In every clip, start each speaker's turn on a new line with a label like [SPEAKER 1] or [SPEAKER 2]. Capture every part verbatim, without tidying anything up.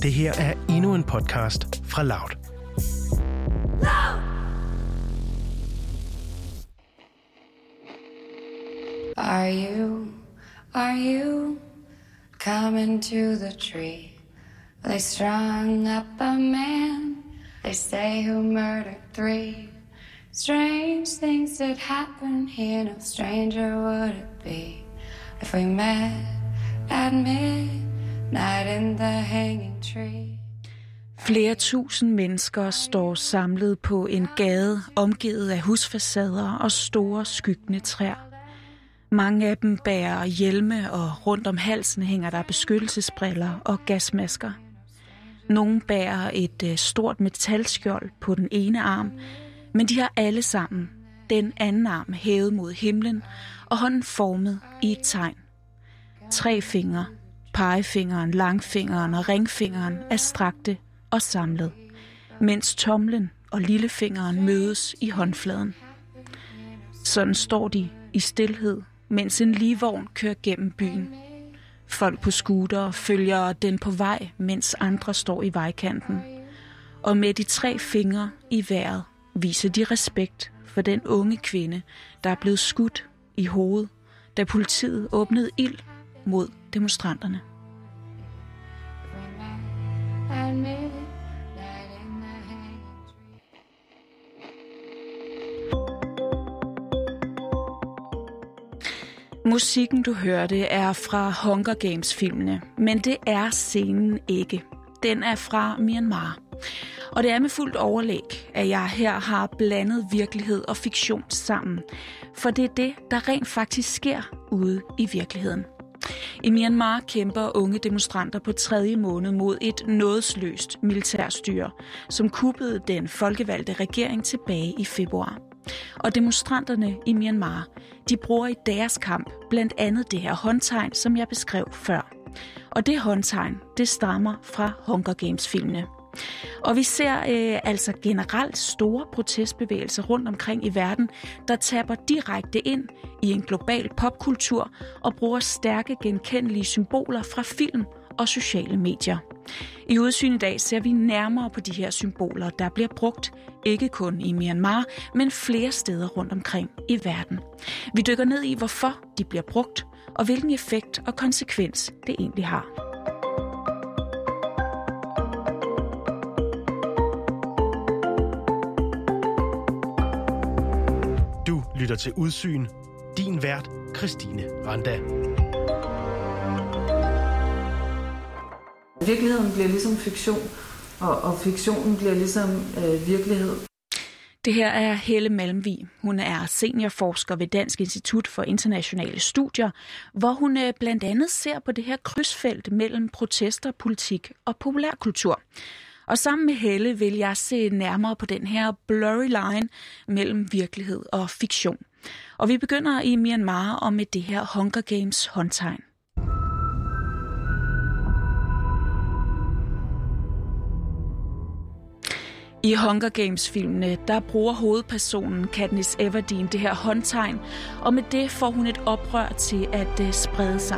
[SPEAKER 1] Det her er endnu en podcast fra Loud.
[SPEAKER 2] Are you, are you coming to the tree? They strung up a man, they say, who murdered three. Strange things that happen here, no stranger would it be if we met at midnight in the hanging tree.
[SPEAKER 3] Flere tusind mennesker står samlet på en gade, omgivet af husfacader og store skyggende træer. Mange af dem bærer hjelme, og rundt om halsen hænger der beskyttelsesbriller og gasmasker. Nogle bærer et stort metalskjold på den ene arm, men de har alle sammen den anden arm hævet mod himlen og hånden formet i et tegn. Tre fingre, pegefingeren, langfingeren og ringfingeren er strakte og samlet, mens tomlen og lillefingeren mødes i håndfladen. Sådan står de i stilhed, mens en ligvogn kører gennem byen. Folk på scooter følger den på vej, mens andre står i vejkanten. Og med de tre fingre i vejret viser de respekt for den unge kvinde, der er blevet skudt i hovedet, da politiet åbnede ild mod demonstranterne. Musikken, du hørte, er fra Hunger Games-filmene, men det er scenen ikke. Den er fra Myanmar. Og det er med fuldt overlæg, at jeg her har blandet virkelighed og fiktion sammen. For det er det, der rent faktisk sker ude i virkeligheden. I Myanmar kæmper unge demonstranter på tredje måned mod et nådesløst militærstyre, som kuppede den folkevalgte regering tilbage i februar. Og demonstranterne i Myanmar, de bruger i deres kamp blandt andet det her håndtegn, som jeg beskrev før. Og det håndtegn, det stammer fra Hunger Games-filmene. Og vi ser øh, altså generelt store protestbevægelser rundt omkring i verden, der tapper direkte ind i en global popkultur og bruger stærke genkendelige symboler fra film og sociale medier. I Udsyn i dag ser vi nærmere på de her symboler, der bliver brugt ikke kun i Myanmar, men flere steder rundt omkring i verden. Vi dykker ned i, hvorfor de bliver brugt, og hvilken effekt og konsekvens det egentlig har.
[SPEAKER 1] Du lytter til Udsyn. Din vært, Christine Randa.
[SPEAKER 4] Virkeligheden bliver ligesom fiktion, og, og fiktionen bliver ligesom øh, virkelighed.
[SPEAKER 3] Det her er Helle Malmvig. Hun er seniorforsker ved Dansk Institut for Internationale Studier, hvor hun øh, blandt andet ser på det her krydsfelt mellem protester, politik og populærkultur. Og sammen med Helle vil jeg se nærmere på den her blurry line mellem virkelighed og fiktion. Og vi begynder i Myanmar og med det her Hunger Games håndtegn. I Hunger Games-filmene, der bruger hovedpersonen Katniss Everdeen det her håndtegn, og med det får hun et oprør til at uh, sprede sig.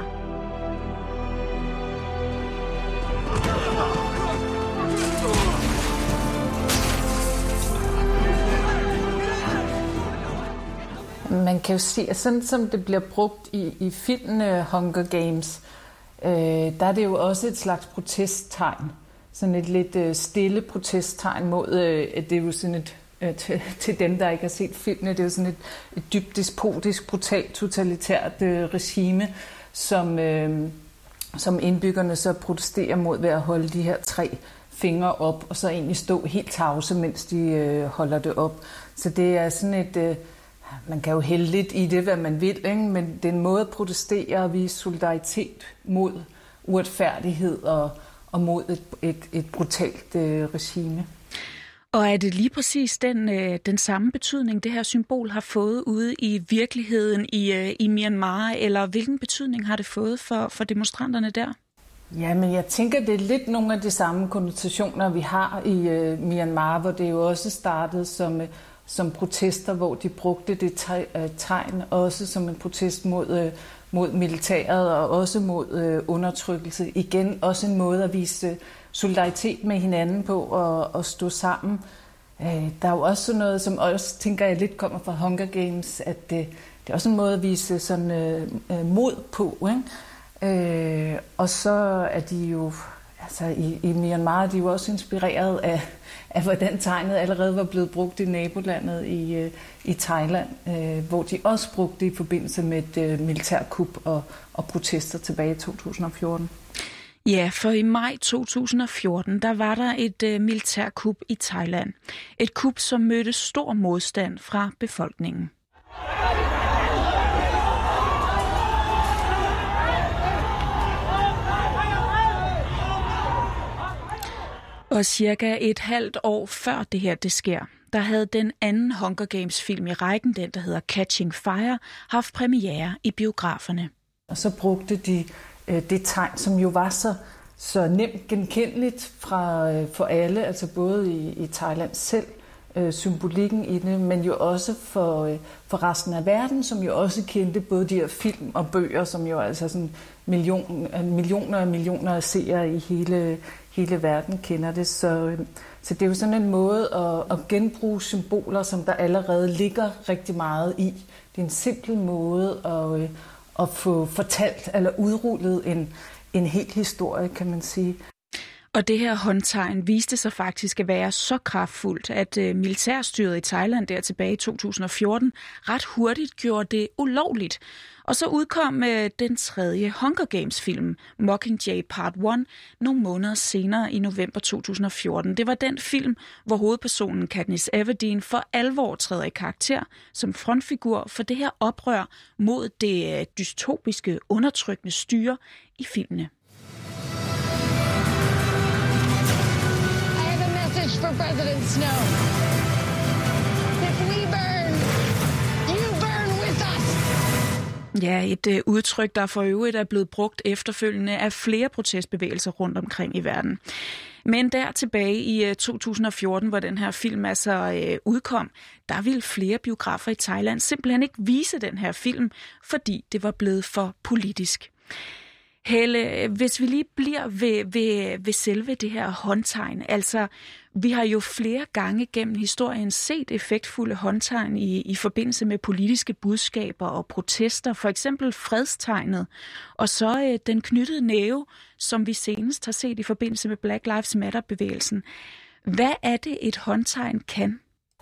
[SPEAKER 4] Man kan jo se, at sådan som det bliver brugt i, i filmen Hunger Games, øh, der er det jo også et slags protesttegn. Sådan et lidt øh, stille protesttegn mod, øh, at det er jo sådan et, øh, til, til dem, der ikke har set filmene, det er jo sådan et, et dybt despotisk, brutalt, totalitært øh, regime, som, øh, som indbyggerne så protesterer mod ved at holde de her tre fingre op, og så egentlig stå helt tavse, mens de øh, holder det op. Så det er sådan et... Øh, man kan jo hælde lidt i det, hvad man vil, ikke? Men det er en måde at protestere og vise solidaritet mod uretfærdighed og og mod et, et, et brutalt øh, regime.
[SPEAKER 3] Og er det lige præcis den, øh, den samme betydning, det her symbol har fået ude i virkeligheden i, øh, i Myanmar, eller hvilken betydning har det fået for, for demonstranterne der?
[SPEAKER 4] Ja, men jeg tænker, det er lidt nogle af de samme konnotationer, vi har i øh, Myanmar, hvor det jo også startede som, øh, som protester, hvor de brugte det tegn også som en protest mod, øh, mod militæret og også mod øh, undertrykkelse. Igen også en måde at vise solidaritet med hinanden på og, og stå sammen. Øh, der er jo også sådan noget, som også tænker jeg lidt kommer fra Hunger Games, at det, det er også en måde at vise sådan øh, mod på, ikke? Øh, og så er de jo, altså i, i Myanmar er de jo også inspireret af, af hvordan tegnet allerede var blevet brugt i nabolandet i, i Thailand, øh, hvor de også brugte det i forbindelse med et øh, militærkup og, og protester tilbage i to tusind og fjorten.
[SPEAKER 3] Ja, for i maj to tusind og fjorten, der var der et øh, militærkup i Thailand. Et kup, som mødte stor modstand fra befolkningen. Og cirka et halvt år før det her det sker, der havde den anden Hunger Games-film i rækken, den der hedder Catching Fire, haft premiere i biograferne.
[SPEAKER 4] Og så brugte de øh, det tegn, som jo var så, så nemt genkendeligt fra, øh, for alle, altså både i, i Thailand selv, øh, symbolikken i det, men jo også for, øh, for resten af verden, som jo også kendte både de her film og bøger, som jo altså sådan million, millioner og millioner af seere i hele Hele verden kender det, så, så det er jo sådan en måde at, at genbruge symboler, som der allerede ligger rigtig meget i. Det er en simpel måde at, at få fortalt eller udrullet en, en hel historie, kan man sige.
[SPEAKER 3] Og det her håndtegn viste sig faktisk at være så kraftfuldt, at militærstyret i Thailand der tilbage i to tusind og fjorten ret hurtigt gjorde det ulovligt. Og så udkom den tredje Hunger Games-film, Mockingjay Part et, nogle måneder senere i november to tusind og fjorten. Det var den film, hvor hovedpersonen Katniss Everdeen for alvor træder i karakter som frontfigur for det her oprør mod det dystopiske, undertrykkende styre i filmene.
[SPEAKER 5] For President Snow. If we burn, you burn with us.
[SPEAKER 3] Ja, et øh, udtryk, der for øvrigt er blevet brugt efterfølgende af flere protestbevægelser rundt omkring i verden. Men der tilbage i øh, to tusind og fjorten, hvor den her film altså øh, udkom, der ville flere biografer i Thailand simpelthen ikke vise den her film, fordi det var blevet for politisk. Helle, hvis vi lige bliver ved, ved, ved selve det her håndtegn, altså vi har jo flere gange gennem historien set effektfulde håndtegn i, i forbindelse med politiske budskaber og protester, for eksempel fredstegnet, og så øh, den knyttede næve, som vi senest har set i forbindelse med Black Lives Matter-bevægelsen. Hvad er det, et håndtegn kan?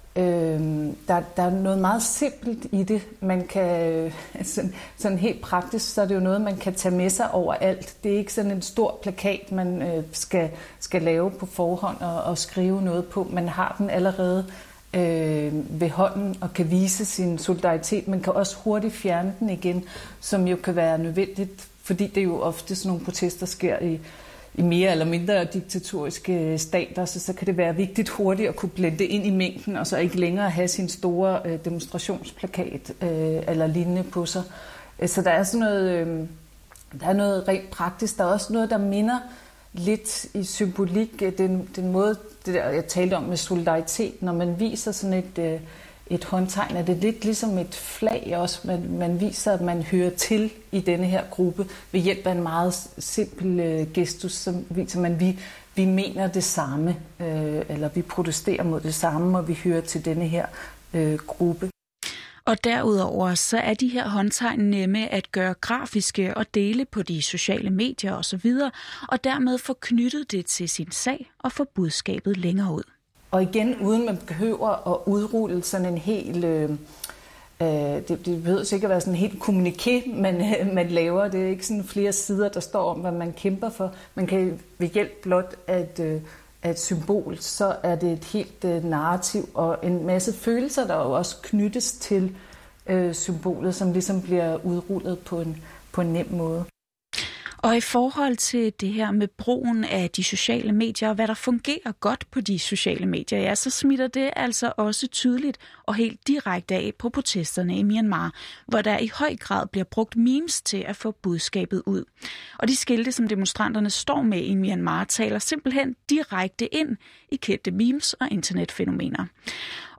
[SPEAKER 4] Øhm, der, der er noget meget simpelt i det. Man kan, sådan, sådan helt praktisk, så er det jo noget, man kan tage med sig overalt. Det er ikke sådan en stor plakat, man øh, skal, skal lave på forhånd og, og skrive noget på. Man har den allerede øh, ved hånden og kan vise sin solidaritet. Man kan også hurtigt fjerne den igen, som jo kan være nødvendigt, fordi det jo ofte sådan nogle protester sker i i mere eller mindre diktatoriske stater, så, så kan det være vigtigt hurtigt at kunne blende ind i mængden, og så ikke længere have sin store øh, demonstrationsplakat øh, eller lignende på sig. Så der er sådan noget, øh, der er noget rent praktisk. Der er også noget, der minder lidt i symbolik. Den, den måde, det der, jeg talte om med solidaritet, når man viser sådan et, øh, et håndtegn, er det lidt ligesom et flag også. Man, man viser, at man hører til i denne her gruppe ved hjælp af en meget simpel øh, gestus, som viser man, at vi, vi mener det samme, øh, eller vi protesterer mod det samme, og vi hører til denne her øh, gruppe.
[SPEAKER 3] Og derudover så er de her håndtegn nemme at gøre grafiske og dele på de sociale medier osv., og dermed få knyttet det til sin sag og få budskabet længere ud.
[SPEAKER 4] Og igen, uden man behøver at udrulle sådan en hel, øh, det, det behøver sikkert være sådan en helt kommuniké, man, man laver. Det er ikke sådan flere sider, der står om, hvad man kæmper for. Man kan ved hjælp blot af et, af et symbol, så er det et helt øh, narrativ og en masse følelser, der jo også knyttes til øh, symbolet, som ligesom bliver udrullet på en, på en nem måde.
[SPEAKER 3] Og i forhold til det her med brugen af de sociale medier, og hvad der fungerer godt på de sociale medier, ja, så smitter det altså også tydeligt og helt direkte af på protesterne i Myanmar, hvor der i høj grad bliver brugt memes til at få budskabet ud. Og de skilte, som demonstranterne står med i Myanmar, taler simpelthen direkte ind i kendte memes og internetfænomener.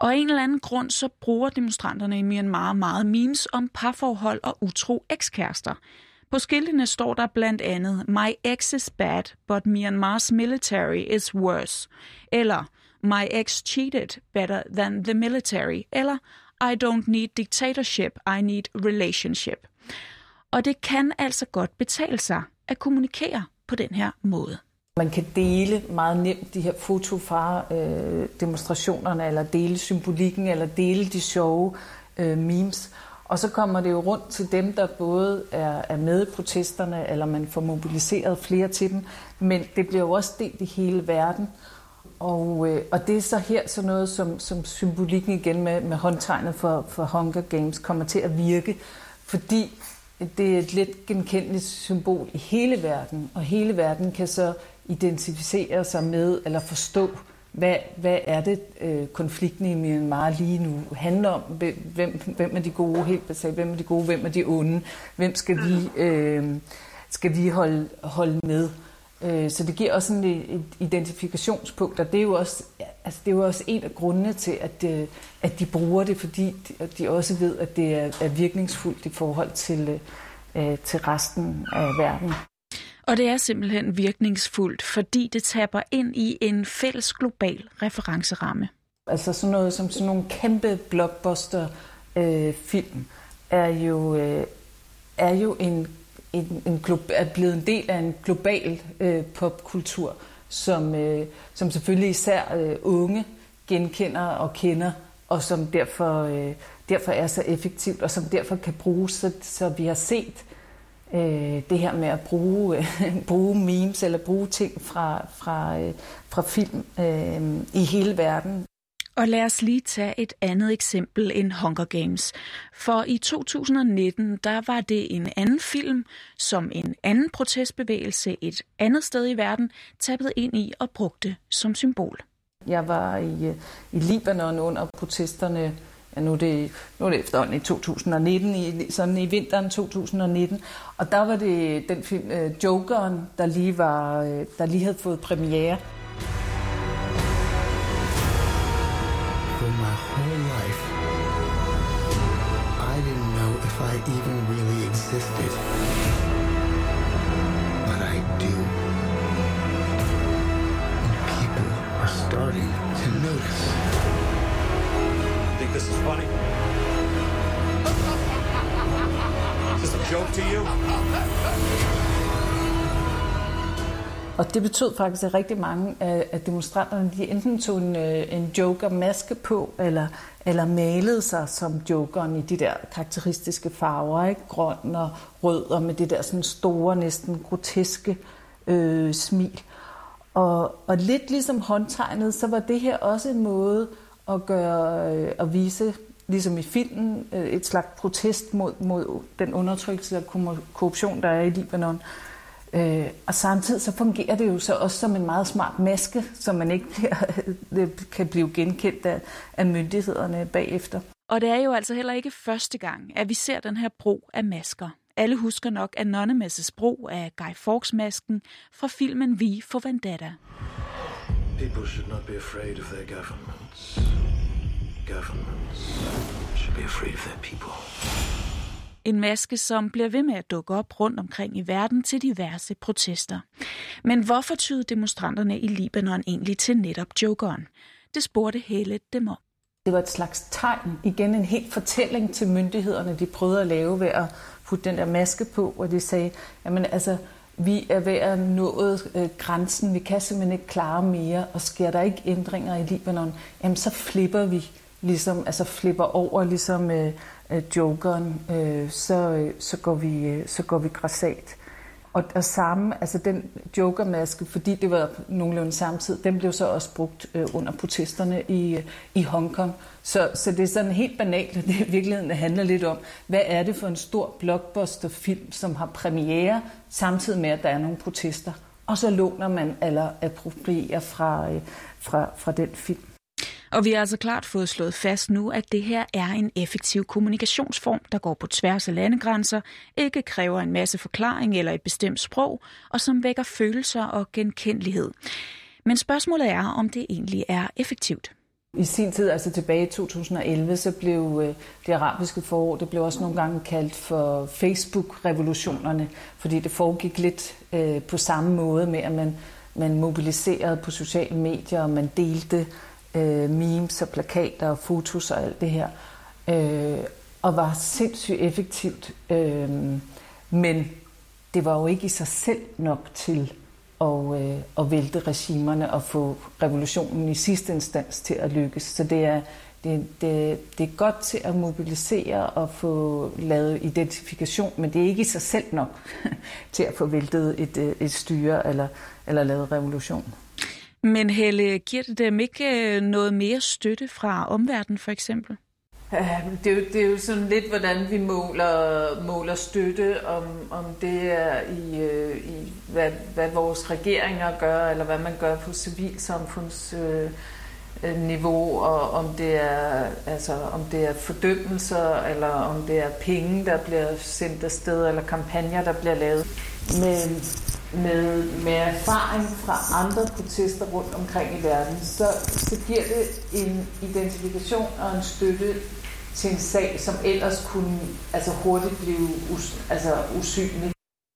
[SPEAKER 3] Og af en eller anden grund, så bruger demonstranterne i Myanmar meget memes om parforhold og utro ekskærester. På skiltene står der blandt andet, My ex is bad, but Myanmar's military is worse. Eller, My ex cheated better than the military. Eller, I don't need dictatorship, I need relationship. Og det kan altså godt betale sig at kommunikere på den her måde.
[SPEAKER 4] Man kan dele meget nemt de her foto fra øh, demonstrationerne, eller dele symbolikken, eller dele de sjove øh, memes. Og så kommer det jo rundt til dem, der både er, er med i protesterne, eller man får mobiliseret flere til dem. Men det bliver jo også delt i hele verden. Og, øh, og det er så her sådan noget, som, som symbolikken igen med, med håndtegnet for, for Hunger Games kommer til at virke. Fordi det er et let genkendeligt symbol i hele verden, og hele verden kan så identificere sig med eller forstå, hvad, hvad er det, øh, konflikten i Myanmar lige nu handler om. Hvem, hvem er de gode, helt basalt, hvem er de gode, hvem er de onde, hvem skal vi, øh, skal vi holde, holde med. Øh, så det giver også sådan et, et identifikationspunkt, og det er jo også, altså det er jo også en af grundene til, at, øh, at de bruger det, fordi de, de også ved, at det er, er virkningsfuldt i forhold til, øh, til resten af verden.
[SPEAKER 3] Og det er simpelthen virkningsfuldt, fordi det tapper ind i en fælles global referenceramme.
[SPEAKER 4] Altså sådan noget som sådan nogle kæmpe blockbuster øh, film er jo, øh, er jo en, en, en glo- er blevet en del af en global øh, popkultur, som, øh, som selvfølgelig især øh, unge genkender og kender, og som derfor, øh, derfor er så effektivt, og som derfor kan bruges, så, så vi har set det her med at bruge, bruge memes eller bruge ting fra, fra, fra film øh, i hele verden.
[SPEAKER 3] Og lad os lige tage et andet eksempel end Hunger Games. For i to tusind nitten, der var det en anden film, som en anden protestbevægelse et andet sted i verden tappede ind i og brugte som symbol.
[SPEAKER 4] Jeg var i, i Libanon under protesterne. Ja, nu er det, nu er det efterhånden i to tusind nitten, i, sådan i vinteren to tusind nitten. Og der var det den film, uh, Jokeren, der lige, var, uh, der lige havde fået premiere.
[SPEAKER 6] For my whole life, I didn't know if I even really existed. But I do. And people are starting to notice.
[SPEAKER 7] Think this is funny? Is this a joke to you?
[SPEAKER 4] Og det betød faktisk, at rigtig mange af demonstranterne, de enten tog en, en joker-maske på, eller, eller malede sig som jokeren i de der karakteristiske farver, ikke? Grøn og rød, og med det der sådan store, næsten groteske øh, smil. Og, og lidt ligesom håndtegnet, så var det her også en måde at gøre, øh, at vise, ligesom i filmen, øh, et slags protest mod, mod den undertrykkelse og korruption, der er i Libanon. Øh, og samtidig så fungerer det jo så også som en meget smart maske, så man ikke kan blive genkendt af, af myndighederne bagefter.
[SPEAKER 3] Og det er jo altså heller ikke første gang, at vi ser den her brug af masker. Alle husker nok Anonymous' brug af Guy Fawkes-masken fra filmen V for Vendetta.
[SPEAKER 8] People should not be afraid of their governments. Governments should be afraid of their people.
[SPEAKER 3] En maske, som bliver ved med at dukke op rundt omkring i verden til diverse protester. Men hvorfor tyede demonstranterne i Libanon egentlig til netop jokeren? Det spurgte Helle dem om.
[SPEAKER 4] Det var et slags tegn, igen en helt fortælling til myndighederne, de prøvede at lave ved at putte den der maske på, og de sagde, jamen altså, vi er ved at nå øh, grænsen, vi kan simpelthen ikke klare mere, og sker der ikke ændringer i Libanon, jamen så flipper vi, ligesom, altså flipper over ligesom øh, øh, jokeren, øh, så, øh, så, går vi, øh, så går vi grassat. Og, og samme, altså den jokermaske, fordi det var nogenlunde samtidig, den blev så også brugt øh, under protesterne i, i Hongkong. Så, så det er sådan helt banalt, at det i virkeligheden handler lidt om, hvad er det for en stor blockbusterfilm, som har premiere, samtidig med, at der er nogle protester. Og så låner man eller approprierer fra, øh, fra, fra den film.
[SPEAKER 3] Og vi har altså klart fået slået fast nu, at det her er en effektiv kommunikationsform, der går på tværs af landegrænser, ikke kræver en masse forklaring eller et bestemt sprog, og som vækker følelser og genkendelighed. Men spørgsmålet er, om det egentlig er effektivt.
[SPEAKER 4] I sin tid, altså tilbage i to tusind og elleve, så blev øh, det arabiske forår, det blev også nogle gange kaldt for Facebook-revolutionerne, fordi det foregik lidt øh, på samme måde med, at man, man mobiliserede på sociale medier, og man delte øh, memes og plakater og fotos og alt det her, øh, og var sindssygt effektivt. Øh, men det var jo ikke i sig selv nok til og, øh, og vælte regimerne og få revolutionen i sidste instans til at lykkes. Så det er, det, det, det er godt til at mobilisere og få lavet identifikation, men det er ikke i sig selv nok til at få væltet et, et styre eller, eller lavet revolution.
[SPEAKER 3] Men Helle, giver det dem ikke noget mere støtte fra omverdenen for eksempel?
[SPEAKER 4] Det er, jo, det er jo sådan lidt, hvordan vi måler, måler støtte, om, om det er i, øh, i hvad, hvad vores regeringer gør, eller hvad man gør på civilsamfundsniveau, øh, og om det er, altså, om det er fordømmelser, eller om det er penge, der bliver sendt afsted, eller kampagner, der bliver lavet. Men med, med erfaring fra andre protester rundt omkring i verden, så, så giver det en identifikation og en støtte til en sag, som ellers kunne altså hurtigt blive us, altså usynlig.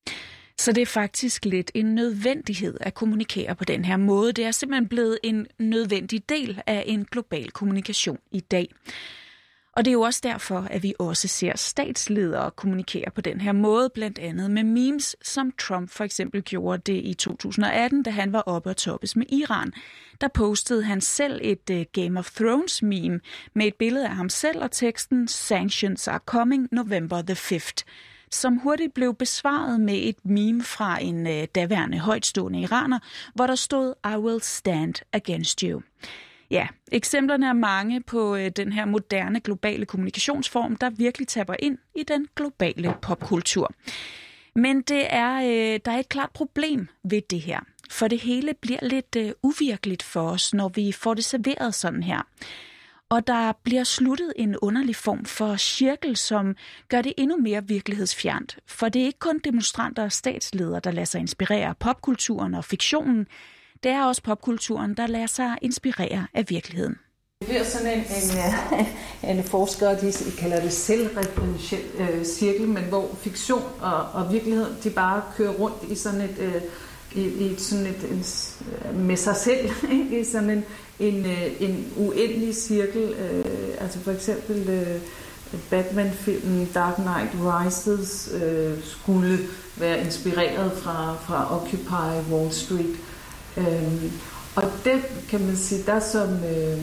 [SPEAKER 3] Så det er faktisk lidt en nødvendighed at kommunikere på den her måde. Det er simpelthen blevet en nødvendig del af en global kommunikation i dag. Og det er jo også derfor, at vi også ser statsledere kommunikere på den her måde, blandt andet med memes, som Trump for eksempel gjorde det i to tusind og atten, da han var oppe og toppes med Iran. Der postede han selv et uh, Game of Thrones meme med et billede af ham selv og teksten "Sanctions are coming November the fifth", som hurtigt blev besvaret med et meme fra en uh, daværende højtstående iraner, hvor der stod "I will stand against you". Ja, eksemplerne er mange på øh, den her moderne globale kommunikationsform, der virkelig tapper ind i den globale popkultur. Men det er, øh, der er et klart problem ved det her, for det hele bliver lidt øh, uvirkeligt for os, når vi får det serveret sådan her. Og der bliver sluttet en underlig form for cirkel, som gør det endnu mere virkelighedsfjernt. For det er ikke kun demonstranter og statsledere, der lader sig inspirere af popkulturen og fiktionen. Det er også popkulturen, der lader sig inspirere af virkeligheden.
[SPEAKER 4] Det bliver sådan en, en, en forsker, de kalder det selvreferentiel øh, cirkel, men hvor fiktion og, og virkelighed, de bare kører rundt i sådan et, øh, i, i sådan et en, med sig selv, ikke? I sådan en, en, en uendelig cirkel. Øh, altså for eksempel øh, Batman-filmen Dark Knight Rises øh, skulle være inspireret fra, fra Occupy Wall Street. Øhm, og det kan man sige, der som, øh,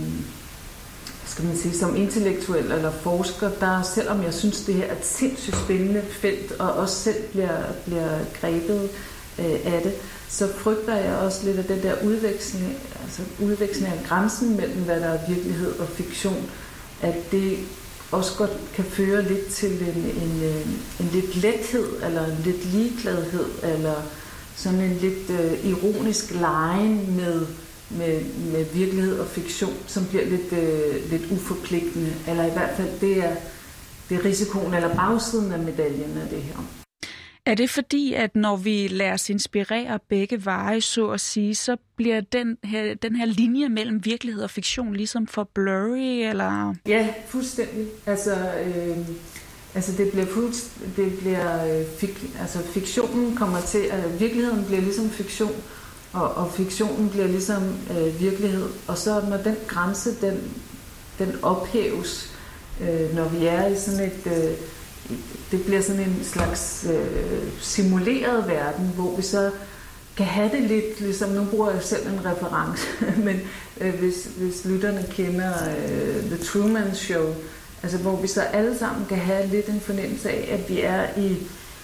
[SPEAKER 4] skal man sige, som intellektuel eller forsker, der selvom jeg synes, det her er et sindssygt spændende felt, og også selv bliver, bliver grebet øh, af det, så frygter jeg også lidt af den der udveksling, altså udveksling af grænsen mellem, hvad der er virkelighed og fiktion, at det også godt kan føre lidt til en, en, en lidt lethed, eller en lidt ligegladhed, eller sådan en lidt øh, ironisk legen med, med, med virkelighed og fiktion, som bliver lidt, øh, lidt uforpligtende. Eller i hvert fald, det er, det er risikoen eller bagsiden af medaljen af det her.
[SPEAKER 3] Er det fordi, at når vi lader os inspirere begge veje, så at sige, så bliver den her, den her linje mellem virkelighed og fiktion ligesom for blurry, eller?
[SPEAKER 4] Ja, fuldstændig. Altså... Øh, Altså det bliver fuldst, det bliver øh, fik, altså fiktionen kommer til at virkeligheden bliver ligesom fiktion, og, og fiktionen bliver ligesom øh, virkelighed, og så når den grænse den den ophæves, øh, når vi er i sådan et øh, det bliver sådan en slags øh, simuleret verden, hvor vi så kan have det lidt ligesom, nu bruger jeg selv en reference, men øh, hvis hvis lytterne kender øh, The Truman Show, altså hvor vi så alle sammen kan have lidt en fornemmelse af, at vi er i,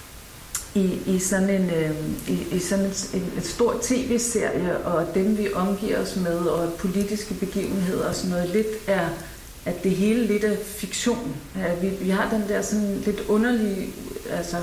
[SPEAKER 4] i, i sådan, en, øh, i, i sådan et, et, et stort tv-serie, og dem vi omgiver os med, og politiske begivenheder og sådan noget, lidt er, at det hele lidt er fiktion. Ja, vi, vi har den der sådan lidt underlige altså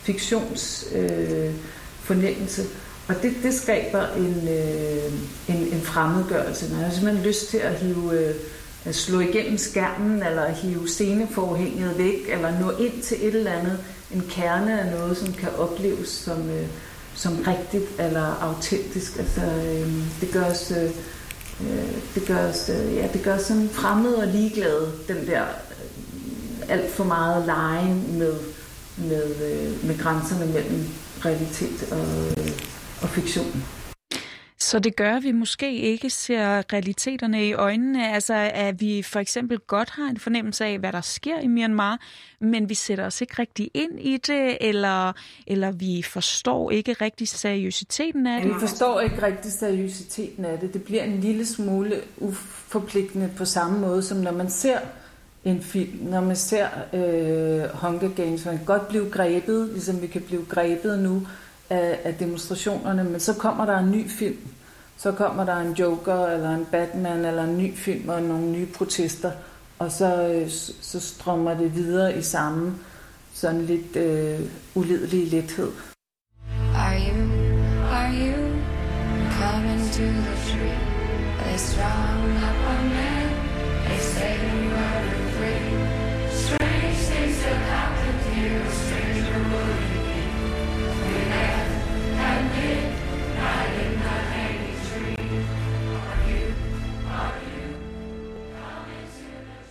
[SPEAKER 4] fiktionsfornemmelse, øh, og det, det skaber en, øh, en, en fremmedgørelse. Man har simpelthen lyst til at hive... Øh, at slå igennem skærmen, eller hive sceneforhænget væk, eller nå ind til et eller andet, en kerne af noget, som kan opleves som, øh, som rigtigt eller autentisk. Altså, øh, det gør os øh, Det gør os, ja, det gør sådan fremmed og ligeglade, den der alt for meget legen med, med, med grænserne mellem realitet og, og fiktion.
[SPEAKER 3] Så det gør, at vi måske ikke ser realiteterne i øjnene, altså at vi for eksempel godt har en fornemmelse af, hvad der sker i Myanmar, men vi sætter os ikke rigtig ind i det, eller, eller vi forstår ikke rigtig seriøsiteten af det.
[SPEAKER 4] Vi forstår ikke rigtig seriøsiteten af det. Det bliver en lille smule uforpligtende på samme måde, som når man ser en film, når man ser øh, Hunger Games, man kan godt blive grebet, ligesom vi kan blive grebet nu, Af, af demonstrationerne, men så kommer der en ny film. Så kommer der en Joker, eller en Batman, eller en ny film, og nogle nye protester, og så, så strømmer det videre i samme sådan lidt øh, ulidelige lethed.
[SPEAKER 2] Are you, are you coming to the tree? They strung up a man, they say you are free. Strange things have happened here, stranger will it be. We left at midnight in the hanging tree. Are you, are you coming to the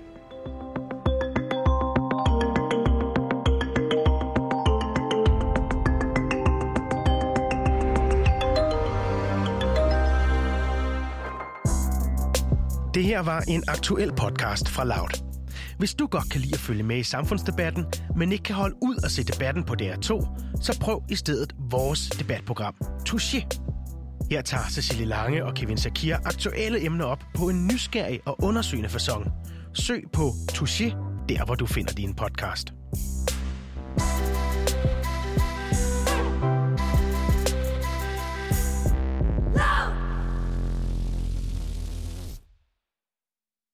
[SPEAKER 1] Det her var en aktuel podcast fra Loud. Hvis du godt kan lide at følge med i samfundsdebatten, men ikke kan holde ud at se debatten på D R to, så prøv i stedet vores debatprogram, Touché. Her tager Cecilie Lange og Kevin Sakir aktuelle emner op på en nysgerrig og undersøgende facon. Søg på Touché, der hvor du finder din podcast.